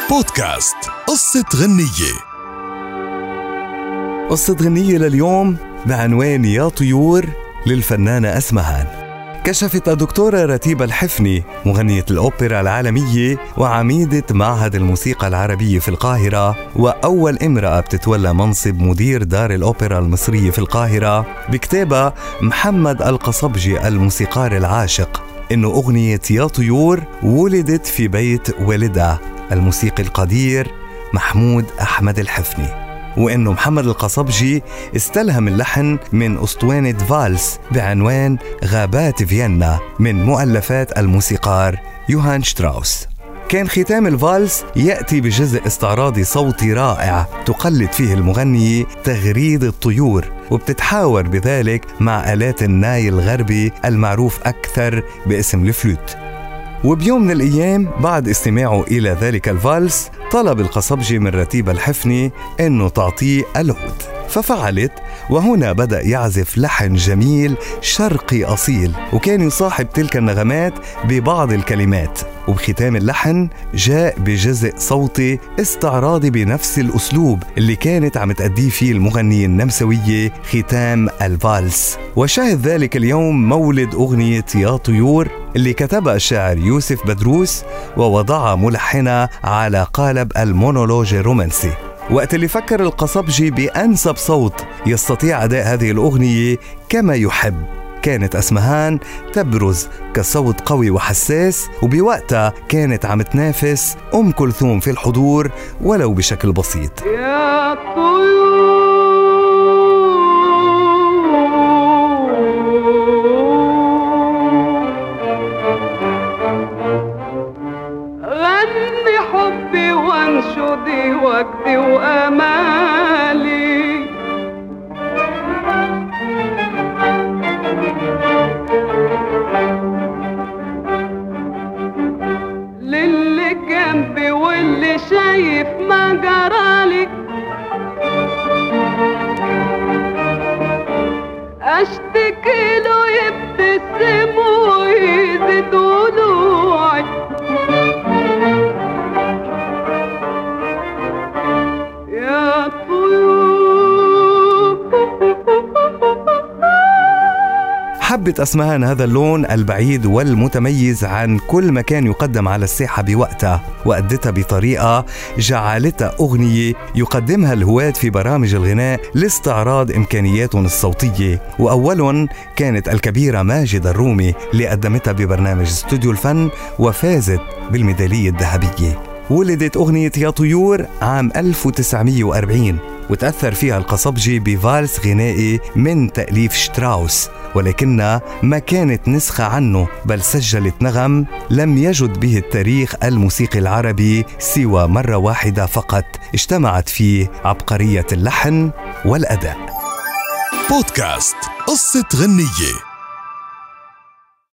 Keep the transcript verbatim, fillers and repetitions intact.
بودكاست قصة غنية. قصة غنية لليوم بعنوان يا طيور للفنانة أسمهان. كشفت الدكتورة رتيبة الحفني مغنية الأوبرا العالمية وعميدة معهد الموسيقى العربية في القاهرة وأول امرأة بتتولى منصب مدير دار الأوبرا المصرية في القاهرة بكتابها محمد القصبجي الموسيقار العاشق إنه أغنية يا طيور ولدت في بيت والدها الموسيقي القدير محمود أحمد الحفني، وإنه محمد القصبجي استلهم اللحن من أسطوانة فالس بعنوان غابات فيينا من مؤلفات الموسيقار يوهان شتراوس. كان ختام الفالس يأتي بجزء استعراضي صوتي رائع تقلد فيه المغنية تغريد الطيور، وبتتحاور بذلك مع آلات الناي الغربي المعروف أكثر باسم الفلوت. وبيوم من الأيام بعد استماعه إلى ذلك الفالس طلب القصبجي من رتيبة الحفني أنه تعطيه العود، ففعلت، وهنا بدأ يعزف لحن جميل شرقي أصيل، وكان يصاحب تلك النغمات ببعض الكلمات. وبختام اللحن جاء بجزء صوتي استعراضي بنفس الأسلوب اللي كانت عم تأديه فيه المغنية النمساوية ختام الفالس. وشهد ذلك اليوم مولد أغنية يا طيور اللي كتبها الشاعر يوسف بدروس ووضعها ملحنة على قالب المونولوج الرومانسي. وقت اللي فكر القصبجي بأنسب صوت يستطيع أداء هذه الأغنية كما يحب، كانت أسمهان تبرز كصوت قوي وحساس، وبوقتها كانت عم تنافس أم كلثوم في الحضور ولو بشكل بسيط. يا طيور غني حبي وانشدي وجدي وأمالي، للي جنبي واللي شايف ما جرالي، اشتكي له يبتسم ويزيد ضلوعي. يا طيور حبت أسمهان هذا اللون البعيد والمتميز عن كل ما كان يقدم على الساحة بوقتها، وأدتها بطريقة جعلتها أغنية يقدمها الهواة في برامج الغناء لاستعراض إمكانياتهم الصوتية، وأولهم كانت الكبيرة ماجدة الرومي اللي قدمتها ببرنامج استوديو الفن وفازت بالميدالية الذهبية. ولدت أغنية يا طيور عام ألف وتسعمية وأربعين، وتأثر فيها القصبجي بفالس غنائي من تأليف شتراوس، ولكنها ما كانت نسخة عنه، بل سجلت نغم لم يجد به التاريخ الموسيقي العربي سوى مرة واحدة فقط اجتمعت فيه عبقرية اللحن والأداء. بودكاست قصة غنية.